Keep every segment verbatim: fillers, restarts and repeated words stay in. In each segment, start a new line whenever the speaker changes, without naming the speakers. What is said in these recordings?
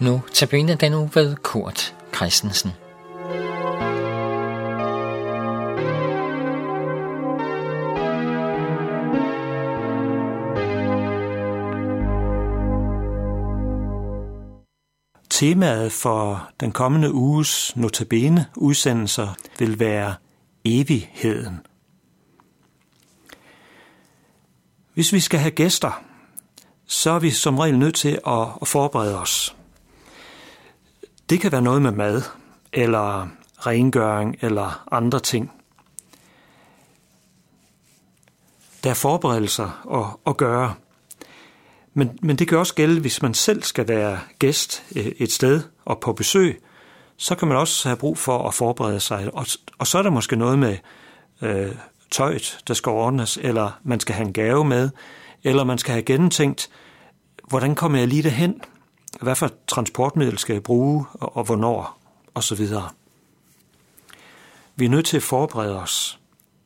Nu tabiner den uge ved Kurt Christensen.
Temaet for den kommende uges notabene udsendelser vil være evigheden. Hvis vi skal have gæster, så er vi som regel nødt til at forberede os. Det kan være noget med mad, eller rengøring, eller andre ting. Der er forberedelser at, at gøre. Men, men det kan også gælde, hvis man selv skal være gæst et sted og på besøg, så kan man også have brug for at forberede sig. Og, og så er der måske noget med øh, tøjet, der skal ordnes, eller man skal have en gave med, eller man skal have gennemtænkt, hvordan kommer jeg lige derhen? Hvad for transportmiddel skal jeg bruge, og, og hvornår, og så videre. Vi er nødt til at forberede os.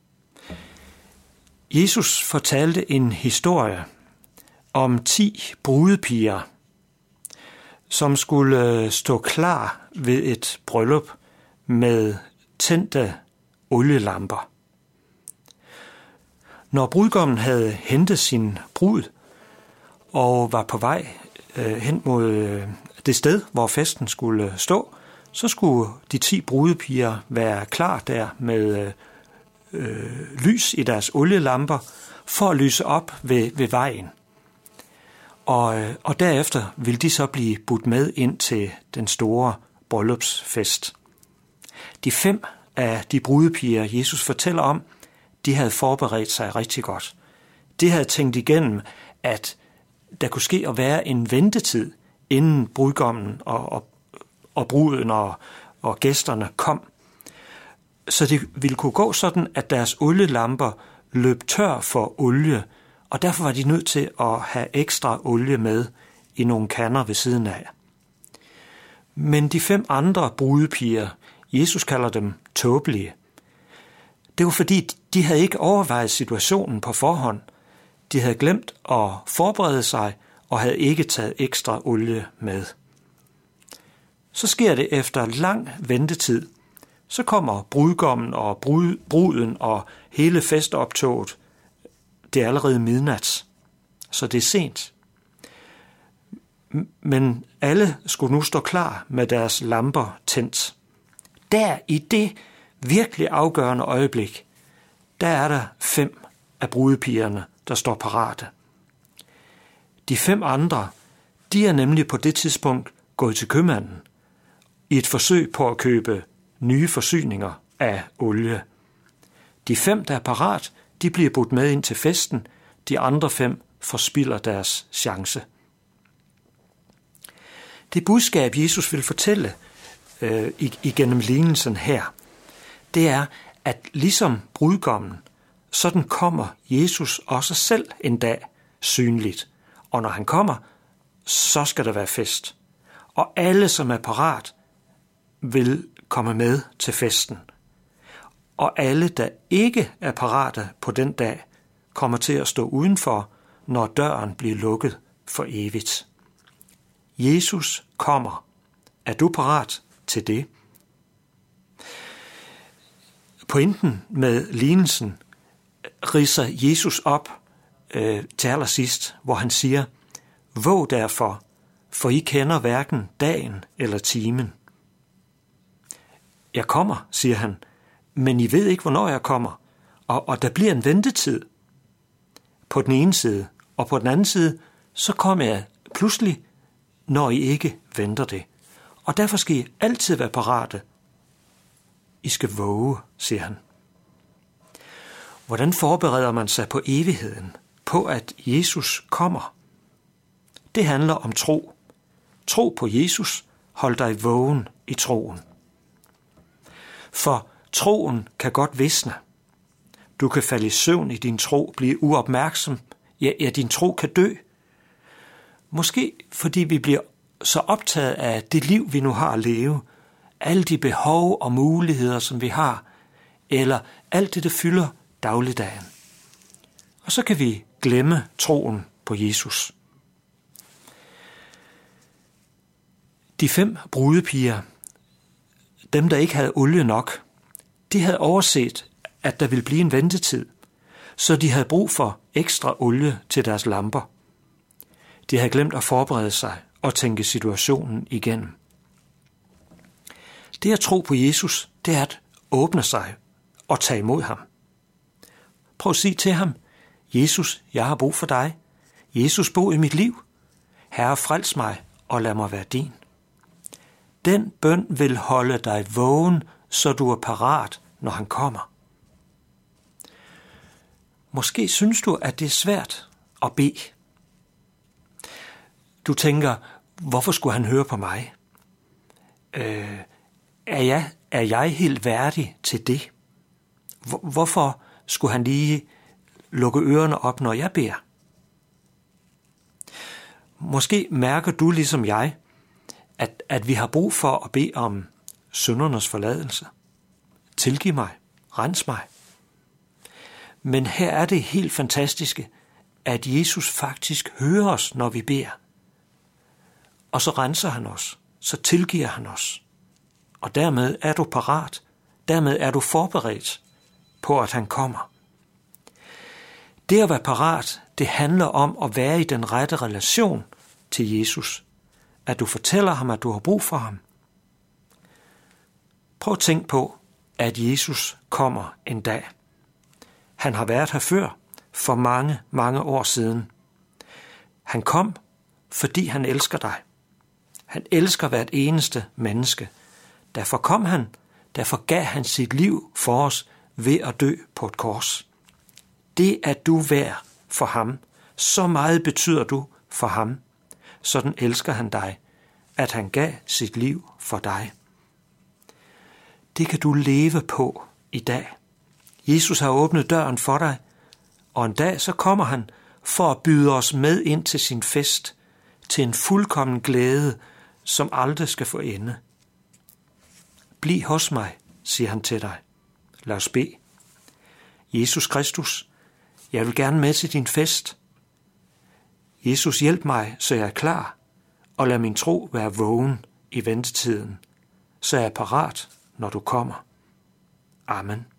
Jesus fortalte en historie om ti brudepiger, som skulle stå klar ved et bryllup med tændte olielamper. Når brudgommen havde hentet sin brud og var på vej øh, hen mod øh, det sted, hvor festen skulle stå, så skulle de ti brudepiger være klar der med øh, lys i deres olielamper for at lyse op ved, ved vejen. Og, og derefter vil de så blive budt med ind til den store bryllupsfest. De fem af de brudepiger, Jesus fortæller om, de havde forberedt sig rigtig godt. De havde tænkt igennem, at der kunne ske at være en ventetid, inden brudgommen og, og, og bruden og, og gæsterne kom. Så det ville kunne gå sådan, at deres olielamper løb tør for olie, og derfor var de nødt til at have ekstra olie med i nogle kander ved siden af. Men de fem andre brudepiger, Jesus kalder dem tåbelige, det var fordi, de havde ikke overvejet situationen på forhånd. De havde glemt at forberede sig og havde ikke taget ekstra olie med. Så sker det efter lang ventetid. Så kommer brudgommen og bruden og hele festoptoget. Det er allerede midnat, så det er sent. Men alle skulle nu stå klar med deres lamper tændt. Der i det virkelig afgørende øjeblik, der er der fem af brudepigerne, der står parate. De fem andre, de er nemlig på det tidspunkt gået til købmanden i et forsøg på at købe nye forsyninger af olie. De fem, der er parat, de bliver budt med ind til festen. De andre fem forspilder deres chance. Det budskab, Jesus vil fortælle øh, igennem lignelsen her, det er, at ligesom brudgommen, sådan kommer Jesus også selv en dag synligt. Og når han kommer, så skal der være fest. Og alle, som er parat, vil komme med til festen. Og alle, der ikke er parate på den dag, kommer til at stå udenfor, når døren bliver lukket for evigt. Jesus kommer. Er du parat til det? Pointen med lignelsen ridser Jesus op øh, til allersidst, hvor han siger, våg derfor, for I kender hverken dagen eller timen. Jeg kommer, siger han, men I ved ikke, hvornår jeg kommer, og, og der bliver en ventetid på den ene side, og på den anden side, så kommer jeg pludselig, når I ikke venter det. Og derfor skal I altid være parate. I skal våge, siger han. Hvordan forbereder man sig på evigheden, på at Jesus kommer? Det handler om tro. Tro på Jesus, hold dig vågen i troen. For troen kan godt visne. Du kan falde i søvn i din tro, blive uopmærksom. Ja, ja, din tro kan dø. Måske fordi vi bliver så optaget af det liv, vi nu har at leve, alle de behov og muligheder, som vi har, eller alt det, der fylder dagligdagen. Og så kan vi glemme troen på Jesus. De fem brudepiger, dem der ikke havde olie nok, de havde overset, at der ville blive en ventetid, så de havde brug for ekstra olie til deres lamper. De havde glemt at forberede sig og tænke situationen igennem. Det at tro på Jesus, det er at åbne sig og tage imod ham. Prøv at sige til ham, Jesus, jeg har brug for dig. Jesus, bo i mit liv. Herre, frels mig og lad mig være din. Den bøn vil holde dig vågen, så du er parat, når han kommer. Måske synes du, at det er svært at bede. Du tænker, hvorfor skulle han høre på mig? Øh, er, jeg, er jeg helt værdig til det? Hvorfor skulle han lige lukke ørerne op, når jeg beder? Måske mærker du ligesom jeg, at, at vi har brug for at bede om syndernes forladelse. Tilgiv mig, rens mig. Men her er det helt fantastiske, at Jesus faktisk hører os, når vi beder. Og så renser han os, så tilgiver han os. Og dermed er du parat, dermed er du forberedt på, at han kommer. Det at være parat, det handler om at være i den rette relation til Jesus. At du fortæller ham, at du har brug for ham. Prøv at tænke på, at Jesus kommer en dag. Han har været her før, for mange, mange år siden. Han kom, fordi han elsker dig. Han elsker hvert eneste menneske. Derfor kom han, derfor gav han sit liv for os ved at dø på et kors. Det er du værd for ham. Så meget betyder du for ham. Sådan elsker han dig, at han gav sit liv for dig. Det kan du leve på i dag. Jesus har åbnet døren for dig, og en dag så kommer han for at byde os med ind til sin fest, til en fuldkommen glæde, som aldrig skal få ende. Bliv hos mig, siger han til dig. Lad os bede. Jesus Kristus, jeg vil gerne med til din fest. Jesus, hjælp mig, så jeg er klar, og lad min tro være vågen i ventetiden, så jeg er parat, når du kommer. Amen.